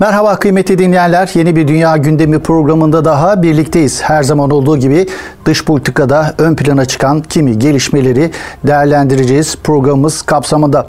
Merhaba kıymetli dinleyenler. Yeni bir Dünya Gündemi programında daha birlikteyiz. Her zaman olduğu gibi dış politikada ön plana çıkan kimi gelişmeleri değerlendireceğiz programımız kapsamında.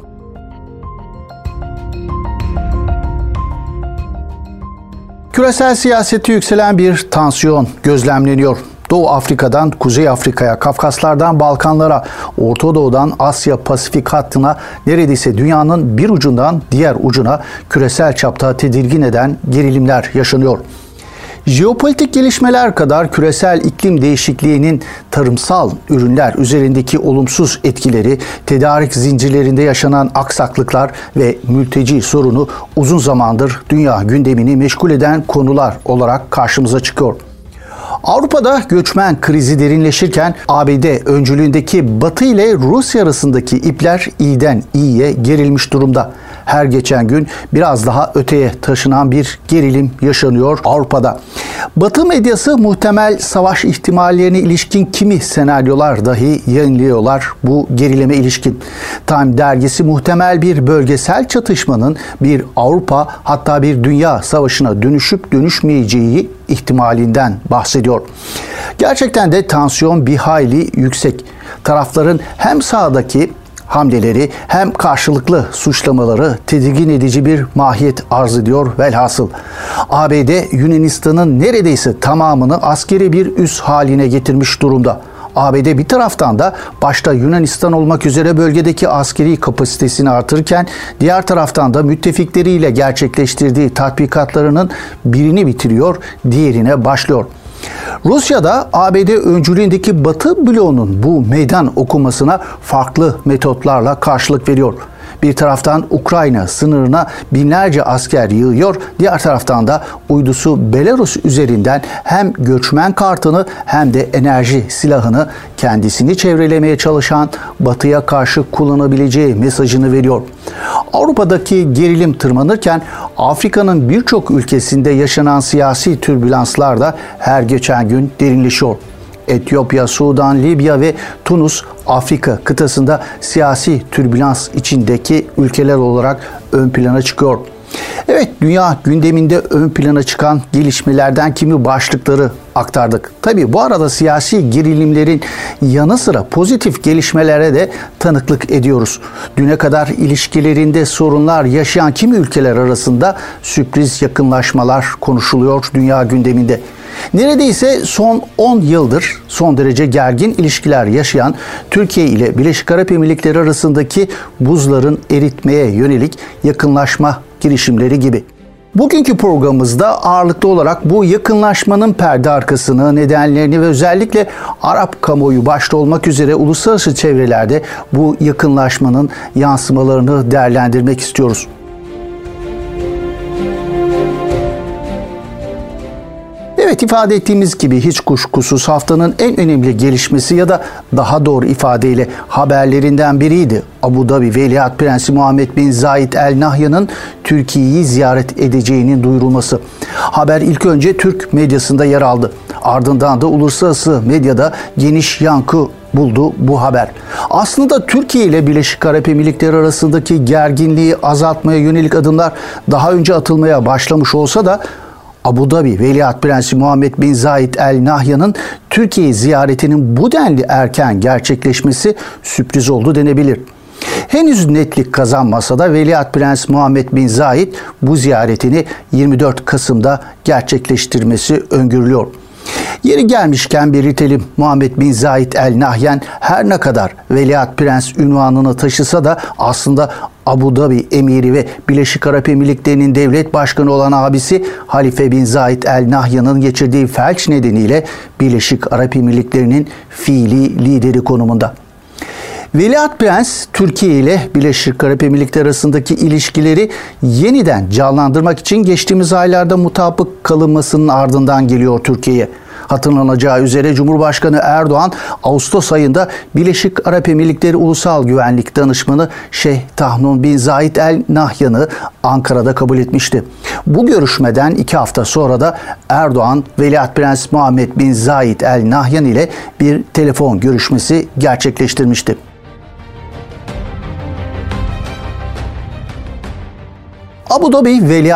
Küresel siyasette yükselen bir tansiyon gözlemleniyor. Doğu Afrika'dan Kuzey Afrika'ya, Kafkaslardan Balkanlara, Orta Doğu'dan Asya Pasifik hattına neredeyse dünyanın bir ucundan diğer ucuna küresel çapta tedirgin eden gerilimler yaşanıyor. Jeopolitik gelişmeler kadar küresel iklim değişikliğinin tarımsal ürünler üzerindeki olumsuz etkileri, tedarik zincirlerinde yaşanan aksaklıklar ve mülteci sorunu uzun zamandır dünya gündemini meşgul eden konular olarak karşımıza çıkıyor. Avrupa'da göçmen krizi derinleşirken ABD öncülüğündeki Batı ile Rusya arasındaki ipler iyiden iyiye gerilmiş durumda. Her geçen gün biraz daha öteye taşınan bir gerilim yaşanıyor Avrupa'da. Batı medyası muhtemel savaş ihtimallerine ilişkin kimi senaryolar dahi yayınlıyorlar bu gerilime ilişkin. Time dergisi muhtemel bir bölgesel çatışmanın bir Avrupa hatta bir dünya savaşına dönüşüp dönüşmeyeceği ihtimalinden bahsediyor. Gerçekten de tansiyon bir hayli yüksek. Tarafların hem sahadaki hamleleri hem karşılıklı suçlamaları tedirgin edici bir mahiyet arz ediyor velhasıl. ABD Yunanistan'ın neredeyse tamamını askeri bir üs haline getirmiş durumda. ABD bir taraftan da başta Yunanistan olmak üzere bölgedeki askeri kapasitesini artırırken diğer taraftan da müttefikleriyle gerçekleştirdiği tatbikatlarının birini bitiriyor, diğerine başlıyor. Rusya da ABD öncülüğündeki Batı bloğunun bu meydan okumasına farklı metotlarla karşılık veriyor. Bir taraftan Ukrayna sınırına binlerce asker yığıyor, diğer taraftan da uydusu Belarus üzerinden hem göçmen kartını hem de enerji silahını kendisini çevrelemeye çalışan Batı'ya karşı kullanabileceği mesajını veriyor. Avrupa'daki gerilim tırmanırken Afrika'nın birçok ülkesinde yaşanan siyasi türbülanslar da her geçen gün derinleşiyor. Etiyopya, Sudan, Libya ve Tunus, Afrika kıtasında siyasi türbülans içindeki ülkeler olarak ön plana çıkıyor. Evet, dünya gündeminde ön plana çıkan gelişmelerden kimi başlıkları aktardık. Tabii bu arada siyasi gerilimlerin yanı sıra pozitif gelişmelere de tanıklık ediyoruz. Düne kadar ilişkilerinde sorunlar yaşayan kimi ülkeler arasında sürpriz yakınlaşmalar konuşuluyor dünya gündeminde. Neredeyse son 10 yıldır son derece gergin ilişkiler yaşayan Türkiye ile Birleşik Arap Emirlikleri arasındaki buzların eritmeye yönelik yakınlaşma girişimleri gibi. Bugünkü programımızda ağırlıklı olarak bu yakınlaşmanın perde arkasını, nedenlerini ve özellikle Arap kamuoyu başta olmak üzere uluslararası çevrelerde bu yakınlaşmanın yansımalarını değerlendirmek istiyoruz. Evet, ifade ettiğimiz gibi hiç kuşkusuz haftanın en önemli gelişmesi ya da daha doğru ifadeyle haberlerinden biriydi. Abu Dhabi Veliaht Prensi Muhammed bin Zayed Al Nahyan'ın Türkiye'yi ziyaret edeceğinin duyurulması. Haber ilk önce Türk medyasında yer aldı. Ardından da uluslararası medyada geniş yankı buldu bu haber. Aslında Türkiye ile Birleşik Arap Emirlikleri arasındaki gerginliği azaltmaya yönelik adımlar daha önce atılmaya başlamış olsa da Abu Dhabi Veliaht Prensi Muhammed bin Zayed Al Nahyan'ın Türkiye ziyaretinin bu denli erken gerçekleşmesi sürpriz oldu denebilir. Henüz netlik kazanmasa da Veliaht Prens Muhammed bin Zayed bu ziyaretini 24 Kasım'da gerçekleştirmesi öngörülüyor. Yeri gelmişken belirtelim, Muhammed bin Zayed Al Nahyan her ne kadar Veliaht Prens unvanını taşısa da aslında Abu Dhabi Emiri ve Birleşik Arap Emirlikleri'nin devlet başkanı olan abisi Halife bin Zayed Al Nahyan'ın geçirdiği felç nedeniyle Birleşik Arap Emirlikleri'nin fiili lideri konumunda. Veliaht Prens, Türkiye ile Birleşik Arap Emirlikleri arasındaki ilişkileri yeniden canlandırmak için geçtiğimiz aylarda mutabık kalınmasının ardından geliyor Türkiye'ye. Hatırlanacağı üzere Cumhurbaşkanı Erdoğan Ağustos ayında Birleşik Arap Emirlikleri Ulusal Güvenlik Danışmanı Şeyh Tahnun bin Zayed Al Nahyan'ı Ankara'da kabul etmişti. Bu görüşmeden 2 hafta sonra da Erdoğan, Veliaht Prens Muhammed bin Zayed Al Nahyan ile bir telefon görüşmesi gerçekleştirmişti. Abu Dhabi Veliaht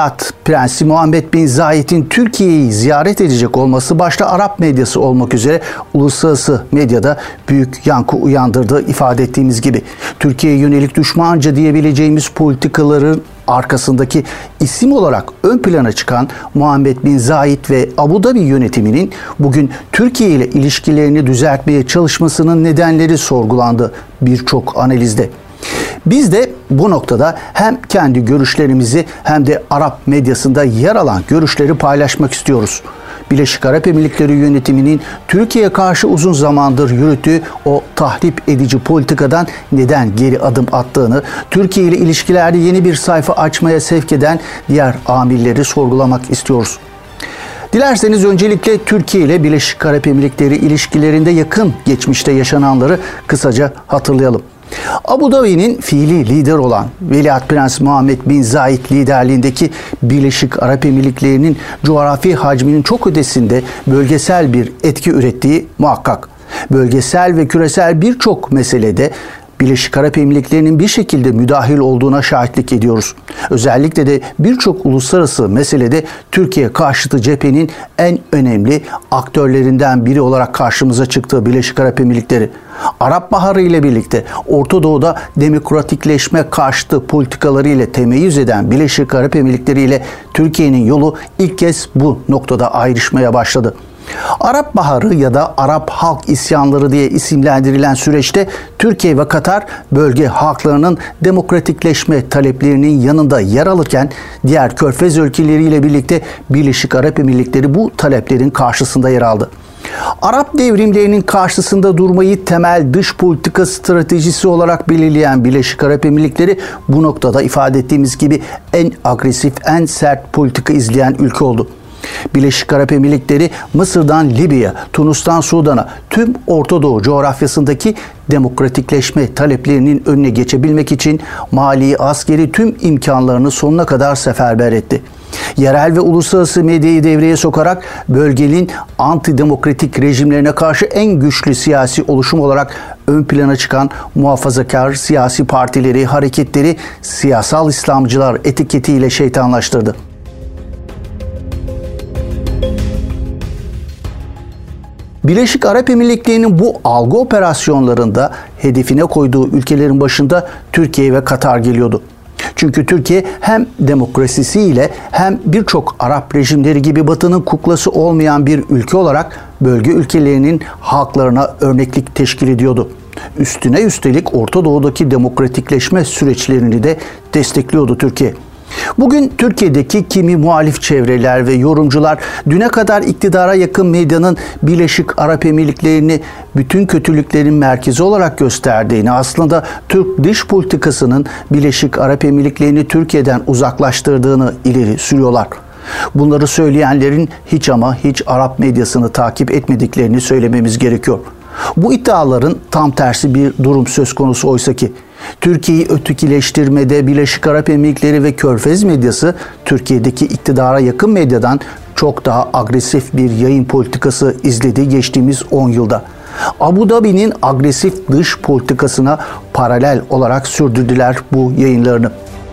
Prensi Muhammed Bin Zayed'in Türkiye'yi ziyaret edecek olması başta Arap medyası olmak üzere uluslararası medyada büyük yankı uyandırdığı ifade ettiğimiz gibi Türkiye'ye yönelik düşmanca diyebileceğimiz politikaların arkasındaki isim olarak ön plana çıkan Muhammed Bin Zayed ve Abu Dhabi yönetiminin bugün Türkiye ile ilişkilerini düzeltmeye çalışmasının nedenleri sorgulandı birçok analizde. Biz de bu noktada hem kendi görüşlerimizi hem de Arap medyasında yer alan görüşleri paylaşmak istiyoruz. Birleşik Arap Emirlikleri yönetiminin Türkiye'ye karşı uzun zamandır yürüttüğü o tahrip edici politikadan neden geri adım attığını, Türkiye ile ilişkilerde yeni bir sayfa açmaya sevk eden diğer amilleri sorgulamak istiyoruz. Dilerseniz öncelikle Türkiye ile Birleşik Arap Emirlikleri ilişkilerinde yakın geçmişte yaşananları kısaca hatırlayalım. Abu Dhabi'nin fiili lider olan Veliaht Prens Muhammed Bin Zayed liderliğindeki Birleşik Arap Emirlikleri'nin coğrafi hacminin çok ötesinde bölgesel bir etki ürettiği muhakkak. Bölgesel ve küresel birçok meselede Birleşik Arap Emirlikleri'nin bir şekilde müdahil olduğuna şahitlik ediyoruz. Özellikle de birçok uluslararası meselede Türkiye karşıtı cephenin en önemli aktörlerinden biri olarak karşımıza çıktığı Birleşik Arap Emirlikleri. Arap Baharı ile birlikte Orta Doğu'da demokratikleşme karşıtı politikaları ile temeyyüz eden Birleşik Arap Emirlikleri ile Türkiye'nin yolu ilk kez bu noktada ayrışmaya başladı. Arap Baharı ya da Arap Halk İsyanları diye isimlendirilen süreçte Türkiye ve Katar bölge halklarının demokratikleşme taleplerinin yanında yer alırken diğer Körfez ülkeleriyle birlikte Birleşik Arap Emirlikleri bu taleplerin karşısında yer aldı. Arap devrimlerinin karşısında durmayı temel dış politika stratejisi olarak belirleyen Birleşik Arap Emirlikleri bu noktada ifade ettiğimiz gibi en agresif, en sert politika izleyen ülke oldu. Birleşik Arap Emirlikleri Mısır'dan Libya, Tunus'tan Sudan'a tüm Orta Doğu coğrafyasındaki demokratikleşme taleplerinin önüne geçebilmek için mali, askeri tüm imkanlarını sonuna kadar seferber etti. Yerel ve uluslararası medyayı devreye sokarak bölgenin antidemokratik rejimlerine karşı en güçlü siyasi oluşum olarak ön plana çıkan muhafazakar siyasi partileri, hareketleri siyasal İslamcılar etiketiyle şeytanlaştırdı. Birleşik Arap Emirlikleri'nin bu algı operasyonlarında hedefine koyduğu ülkelerin başında Türkiye ve Katar geliyordu. Çünkü Türkiye hem demokrasisiyle hem birçok Arap rejimleri gibi Batı'nın kuklası olmayan bir ülke olarak bölge ülkelerinin halklarına örneklik teşkil ediyordu. Üstüne üstelik Orta Doğu'daki demokratikleşme süreçlerini de destekliyordu Türkiye. Bugün Türkiye'deki kimi muhalif çevreler ve yorumcular düne kadar iktidara yakın medyanın Birleşik Arap Emirlikleri'ni bütün kötülüklerin merkezi olarak gösterdiğini, aslında Türk dış politikasının Birleşik Arap Emirlikleri'ni Türkiye'den uzaklaştırdığını ileri sürüyorlar. Bunları söyleyenlerin hiç ama hiç Arap medyasını takip etmediklerini söylememiz gerekiyor. Bu iddiaların tam tersi bir durum söz konusu oysa ki Türkiye'yi ötekileştirmede Birleşik Arap Emirlikleri ve Körfez medyası Türkiye'deki iktidara yakın medyadan çok daha agresif bir yayın politikası izledi geçtiğimiz 10 yılda. Abu Dhabi'nin agresif dış politikasına paralel olarak sürdürdüler bu yayınlarını.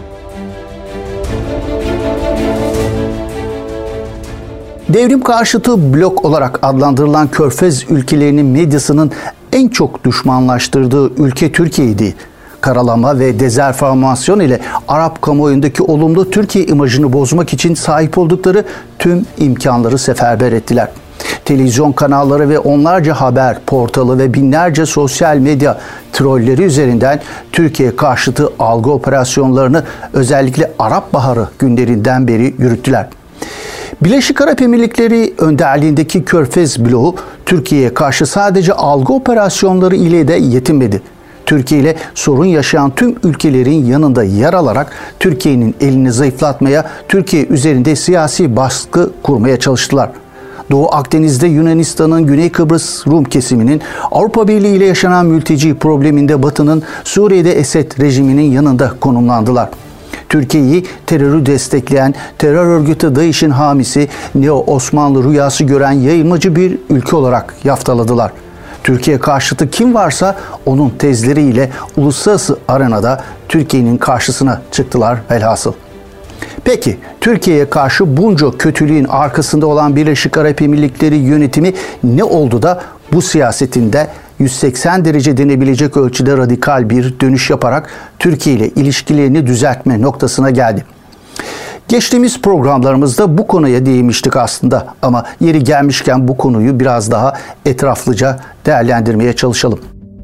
Devrim karşıtı blok olarak adlandırılan Körfez ülkelerinin medyasının en çok düşmanlaştırdığı ülke Türkiye'ydi. Karalama ve dezenformasyon ile Arap kamuoyundaki olumlu Türkiye imajını bozmak için sahip oldukları tüm imkanları seferber ettiler. Televizyon kanalları ve onlarca haber portalı ve binlerce sosyal medya trolleri üzerinden Türkiye karşıtı algı operasyonlarını özellikle Arap Baharı günlerinden beri yürüttüler. Birleşik Arap Emirlikleri önderliğindeki Körfez bloğu Türkiye'ye karşı sadece algı operasyonları ile de yetinmedi. Türkiye ile sorun yaşayan tüm ülkelerin yanında yer alarak Türkiye'nin elini zayıflatmaya, Türkiye üzerinde siyasi baskı kurmaya çalıştılar. Doğu Akdeniz'de Yunanistan'ın Güney Kıbrıs Rum kesiminin, Avrupa Birliği ile yaşanan mülteci probleminde Batı'nın Suriye'de Esed rejiminin yanında konumlandılar. Türkiye'yi terörü destekleyen, terör örgütü DAEŞ'in hamisi, Neo-Osmanlı rüyası gören yayılmacı bir ülke olarak yaftaladılar. Türkiye karşıtı kim varsa onun tezleriyle uluslararası arenada Türkiye'nin karşısına çıktılar velhasıl. Peki Türkiye'ye karşı bunca kötülüğün arkasında olan Birleşik Arap Emirlikleri yönetimi ne oldu da bu siyasetinde 180 derece denebilecek ölçüde radikal bir dönüş yaparak Türkiye ile ilişkilerini düzeltme noktasına geldi? Geçtiğimiz programlarımızda bu konuya değinmiştik aslında ama yeri gelmişken bu konuyu biraz daha etraflıca değerlendirmeye çalışalım.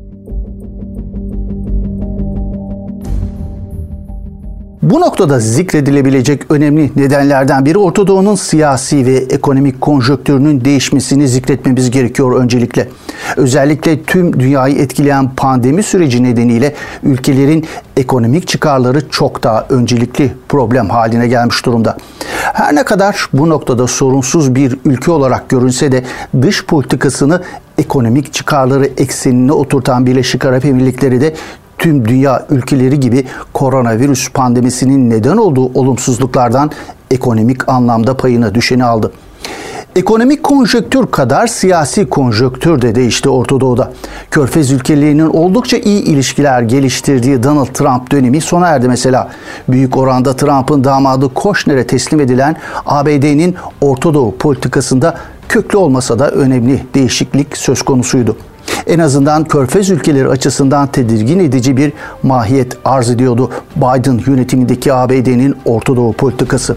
Bu noktada zikredilebilecek önemli nedenlerden biri Orta Doğu'nun siyasi ve ekonomik konjonktürünün değişmesini zikretmemiz gerekiyor öncelikle. Özellikle tüm dünyayı etkileyen pandemi süreci nedeniyle ülkelerin ekonomik çıkarları çok daha öncelikli problem haline gelmiş durumda. Her ne kadar bu noktada sorunsuz bir ülke olarak görünse de dış politikasını ekonomik çıkarları eksenine oturtan Birleşik Arap Emirlikleri de tüm dünya ülkeleri gibi koronavirüs pandemisinin neden olduğu olumsuzluklardan ekonomik anlamda payına düşeni aldı. Ekonomik konjonktür kadar siyasi konjonktür de değişti Orta Doğu'da. Körfez ülkelerinin oldukça iyi ilişkiler geliştirdiği Donald Trump dönemi sona erdi mesela. Büyük oranda Trump'ın damadı Kushner'e teslim edilen ABD'nin Orta Doğu politikasında köklü olmasa da önemli değişiklik söz konusuydu. En azından Körfez ülkeleri açısından tedirgin edici bir mahiyet arz ediyordu Biden yönetimindeki ABD'nin Orta Doğu politikası.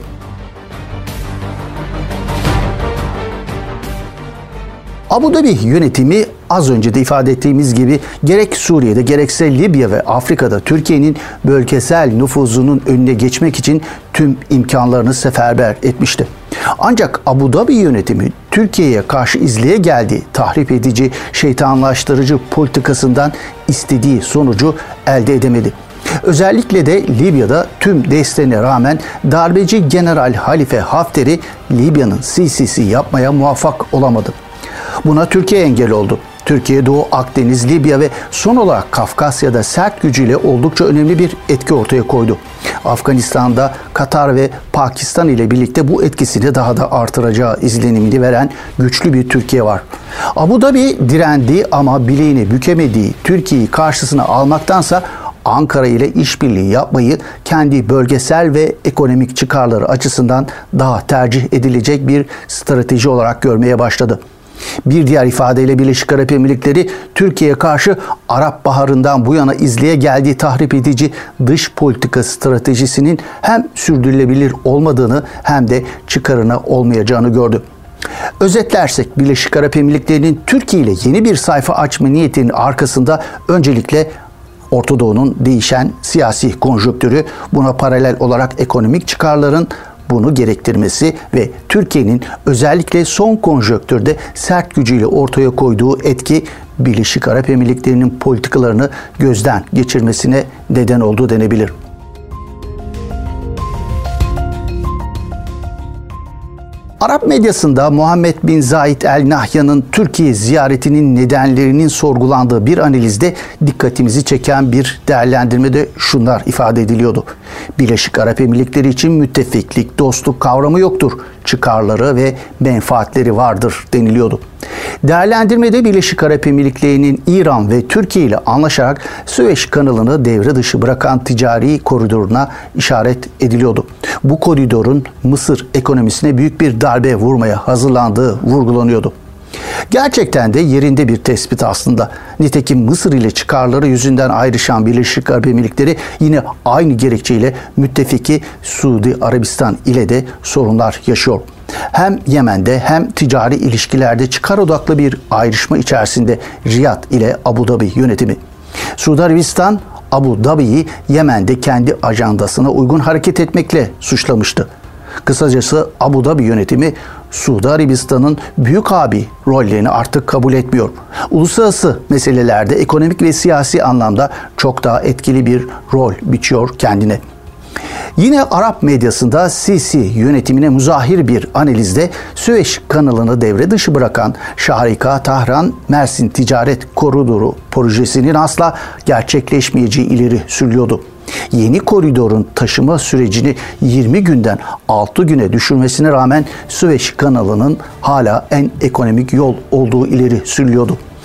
Abu Dhabi yönetimi az önce de ifade ettiğimiz gibi gerek Suriye'de gerekse Libya ve Afrika'da Türkiye'nin bölgesel nüfuzunun önüne geçmek için tüm imkanlarını seferber etmişti. Ancak Abu Dhabi yönetimi Türkiye'ye karşı izleye geldiği tahrip edici, şeytanlaştırıcı politikasından istediği sonucu elde edemedi. Özellikle de Libya'da tüm desteğine rağmen darbeci General Halife Hafter'i Libya'nın Sisi'si yapmaya muvaffak olamadı. Buna Türkiye engel oldu. Türkiye, Doğu Akdeniz, Libya ve son olarak Kafkasya'da sert gücüyle oldukça önemli bir etki ortaya koydu. Afganistan'da Katar ve Pakistan ile birlikte bu etkisini daha da artıracağı izlenimini veren güçlü bir Türkiye var. Abu Dhabi direndiği ama bileğini bükemediği Türkiye'yi karşısına almaktansa Ankara ile işbirliği yapmayı kendi bölgesel ve ekonomik çıkarları açısından daha tercih edilecek bir strateji olarak görmeye başladı. Bir diğer ifadeyle Birleşik Arap Emirlikleri Türkiye'ye karşı Arap Baharı'ndan bu yana izleye geldiği tahrip edici dış politika stratejisinin hem sürdürülebilir olmadığını hem de çıkarına olmayacağını gördü. Özetlersek Birleşik Arap Emirlikleri'nin Türkiye ile yeni bir sayfa açma niyetinin arkasında öncelikle Orta Doğu'nun değişen siyasi konjonktürü, buna paralel olarak ekonomik çıkarların bunu gerektirmesi ve Türkiye'nin özellikle son konjonktürde sert gücüyle ortaya koyduğu etki Birleşik Arap Emirlikleri'nin politikalarını gözden geçirmesine neden oldu denebilir. Arap medyasında Muhammed bin Zayed El Nahyan'ın Türkiye ziyaretinin nedenlerinin sorgulandığı bir analizde dikkatimizi çeken bir değerlendirmede şunlar ifade ediliyordu. Birleşik Arap Emirlikleri için müttefiklik, dostluk kavramı yoktur. Çıkarları ve menfaatleri vardır deniliyordu. Değerlendirmede Birleşik Arap Emirlikleri'nin İran ve Türkiye ile anlaşarak Süveyş kanalını devre dışı bırakan ticari koridoruna işaret ediliyordu. Bu koridorun Mısır ekonomisine büyük bir darbe vurmaya hazırlandığı vurgulanıyordu. Gerçekten de yerinde bir tespit aslında. Nitekim Mısır ile çıkarları yüzünden ayrışan Birleşik Arap Emirlikleri yine aynı gerekçeyle müttefiki Suudi Arabistan ile de sorunlar yaşıyor. Hem Yemen'de hem ticari ilişkilerde çıkar odaklı bir ayrışma içerisinde Riyad ile Abu Dhabi yönetimi. Suudi Arabistan, Abu Dhabi'yi Yemen'de kendi ajandasına uygun hareket etmekle suçlamıştı. Kısacası Abu Dhabi yönetimi Suudi Arabistan'ın büyük abi rollerini artık kabul etmiyor. Uluslararası meselelerde ekonomik ve siyasi anlamda çok daha etkili bir rol biçiyor kendine. Yine Arap medyasında Sisi yönetimine muzahir bir analizde Süveyş kanalını devre dışı bırakan Şarika-Tahran-Mersin ticaret koridoru projesinin asla gerçekleşmeyeceği ileri sürülüyordu. Yeni koridorun taşıma sürecini 20 günden 6 güne düşürmesine rağmen Süveyş kanalının hala en ekonomik yol olduğu ileri sürülüyordu.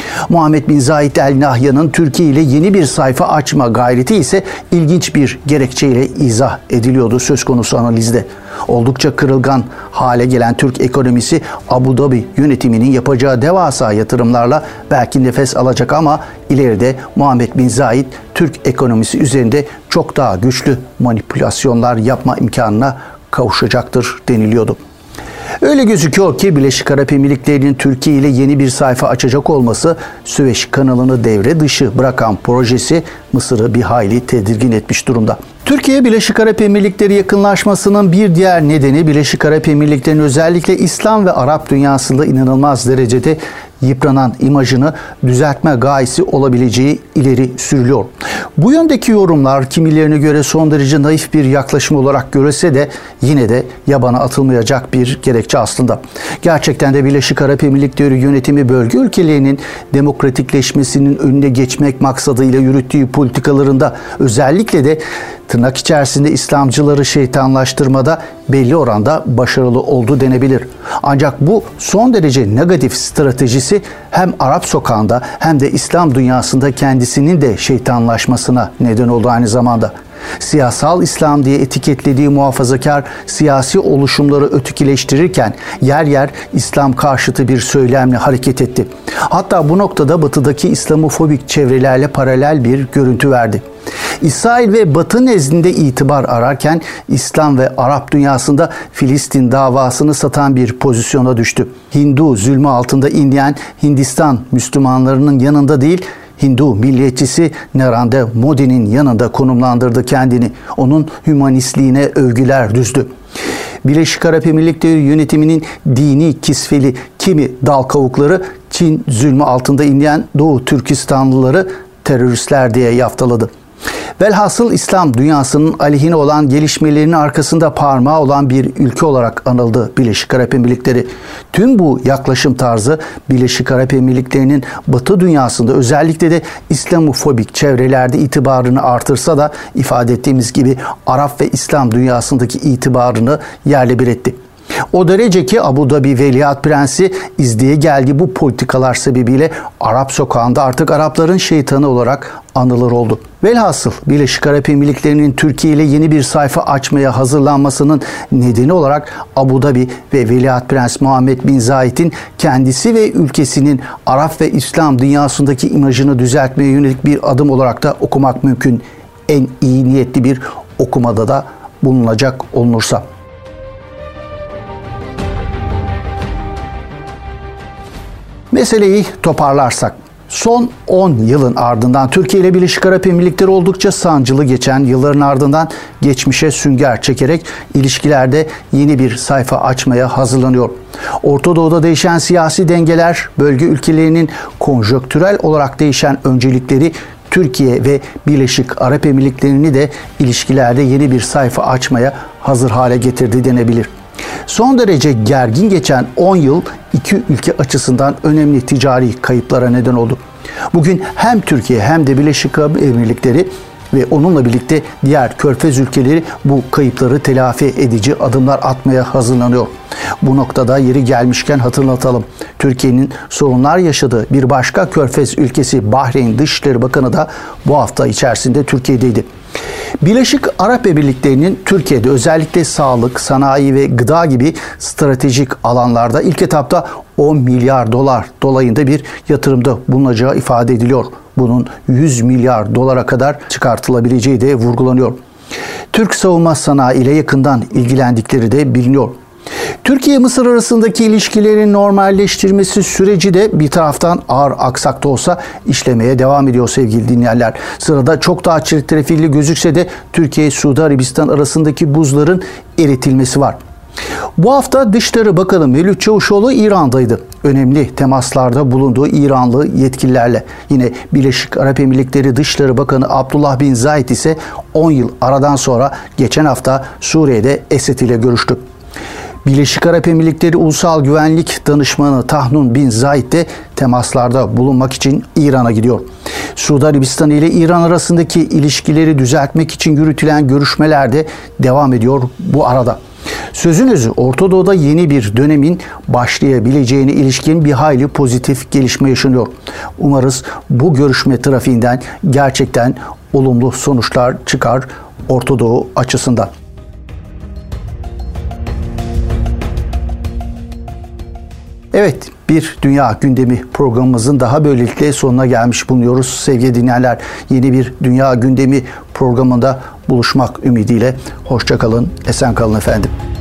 Muhammed bin Zayed El Nahyan'ın Türkiye ile yeni bir sayfa açma gayreti ise ilginç bir gerekçeyle izah ediliyordu söz konusu analizde. Oldukça kırılgan hale gelen Türk ekonomisi Abu Dhabi yönetiminin yapacağı devasa yatırımlarla belki nefes alacak ama ileride Muhammed bin Zayed Türk ekonomisi üzerinde çok daha güçlü manipülasyonlar yapma imkanına kavuşacaktır deniliyordu. Öyle gözüküyor ki Birleşik Arap Emirlikleri'nin Türkiye ile yeni bir sayfa açacak olması Süveyş kanalını devre dışı bırakan projesi Mısır'ı bir hayli tedirgin etmiş durumda. Türkiye Birleşik Arap Emirlikleri yakınlaşmasının bir diğer nedeni Birleşik Arap Emirlikleri'nin özellikle İslam ve Arap dünyasında inanılmaz derecede yıpranan imajını düzeltme gayesi olabileceği ileri sürülüyor. Bu yöndeki yorumlar kimilerine göre son derece naif bir yaklaşım olarak görülse de yine de yabana atılmayacak bir gerekçe aslında. Gerçekten de Birleşik Arap Emirlikleri yönetimi bölge ülkelerinin demokratikleşmesinin önüne geçmek maksadıyla yürüttüğü politikalarında özellikle de tırnak içerisinde İslamcıları şeytanlaştırmada belli oranda başarılı oldu denebilir. Ancak bu son derece negatif stratejisi hem Arap sokağında hem de İslam dünyasında kendisinin de şeytanlaşmasına neden oldu aynı zamanda. Siyasal İslam diye etiketlediği muhafazakar siyasi oluşumları ötekileştirirken yer yer İslam karşıtı bir söylemle hareket etti. Hatta bu noktada batıdaki İslamofobik çevrelerle paralel bir görüntü verdi. İsrail ve Batı nezdinde itibar ararken İslam ve Arap dünyasında Filistin davasını satan bir pozisyona düştü. Hindu zulmü altında inleyen Hindistan Müslümanlarının yanında değil, Hindu milliyetçisi Narendra Modi'nin yanında konumlandırdı kendini. Onun hümanistliğine övgüler düzdü. Birleşik Arap Emirlikleri yönetiminin dini kisveli kimi dal kavukları Çin zulmü altında inleyen Doğu Türkistanlıları teröristler diye yaftaladı. Velhasıl İslam dünyasının aleyhine olan gelişmelerinin arkasında parmağı olan bir ülke olarak anıldı Birleşik Arap Emirlikleri. Tüm bu yaklaşım tarzı Birleşik Arap Emirlikleri'nin Batı dünyasında özellikle de İslamofobik çevrelerde itibarını artırsa da ifade ettiğimiz gibi Arap ve İslam dünyasındaki itibarını yerle bir etti. O derece ki Abu Dhabi Veliaht Prensi izleye geldiği bu politikalar sebebiyle Arap sokağında artık Arapların şeytanı olarak anılır oldu. Velhasıl Birleşik Arap Emirlikleri'nin Türkiye ile yeni bir sayfa açmaya hazırlanmasının nedeni olarak Abu Dhabi ve Veliaht Prens Muhammed bin Zayed'in kendisi ve ülkesinin Arap ve İslam dünyasındaki imajını düzeltmeye yönelik bir adım olarak da okumak mümkün. En iyi niyetli bir okumada da bulunacak olunursa. Meseleyi toparlarsak, son 10 yılın ardından Türkiye ile Birleşik Arap Emirlikleri oldukça sancılı geçen yılların ardından geçmişe sünger çekerek ilişkilerde yeni bir sayfa açmaya hazırlanıyor. Orta Doğu'da değişen siyasi dengeler, bölge ülkelerinin konjonktürel olarak değişen öncelikleri Türkiye ve Birleşik Arap Emirlikleri'ni de ilişkilerde yeni bir sayfa açmaya hazır hale getirdi denebilir. Son derece gergin geçen 10 yıl iki ülke açısından önemli ticari kayıplara neden oldu. Bugün hem Türkiye hem de Birleşik Arap Emirlikleri ve onunla birlikte diğer Körfez ülkeleri bu kayıpları telafi edici adımlar atmaya hazırlanıyor. Bu noktada yeri gelmişken hatırlatalım. Türkiye'nin sorunlar yaşadığı bir başka Körfez ülkesi Bahreyn Dışişleri Bakanı da bu hafta içerisinde Türkiye'deydi. Birleşik Arap Emirlikleri'nin Türkiye'de özellikle sağlık, sanayi ve gıda gibi stratejik alanlarda ilk etapta 10 milyar dolar dolayında bir yatırımda bulunacağı ifade ediliyor. Bunun 100 milyar dolara kadar çıkartılabileceği de vurgulanıyor. Türk savunma sanayi ile yakından ilgilendikleri de biliniyor. Türkiye-Mısır arasındaki ilişkilerin normalleştirmesi süreci de bir taraftan ağır aksakta olsa işlemeye devam ediyor sevgili dinleyenler. Sırada çok daha çetrefilli gözükse de Türkiye-Suudi Arabistan arasındaki buzların eritilmesi var. Bu hafta Dışişleri Bakanı Mevlüt Çavuşoğlu İran'daydı. Önemli temaslarda bulunduğu İranlı yetkililerle. Yine Birleşik Arap Emirlikleri Dışişleri Bakanı Abdullah bin Zayed ise 10 yıl aradan sonra geçen hafta Suriye'de Esed ile görüştü. Birleşik Arap Emirlikleri Ulusal Güvenlik Danışmanı Tahnun bin Zayed de temaslarda bulunmak için İran'a gidiyor. Suudi Arabistan ile İran arasındaki ilişkileri düzeltmek için yürütülen görüşmeler de devam ediyor bu arada. Sözün özü, Orta Doğu'da yeni bir dönemin başlayabileceğine ilişkin bir hayli pozitif gelişme yaşanıyor. Umarız bu görüşme trafiğinden gerçekten olumlu sonuçlar çıkar Orta Doğu açısından. Evet, bir Dünya Gündemi programımızın daha böylelikle sonuna gelmiş bulunuyoruz. Sevgili dinleyenler, yeni bir Dünya Gündemi programında buluşmak ümidiyle. Hoşça kalın, esen kalın efendim.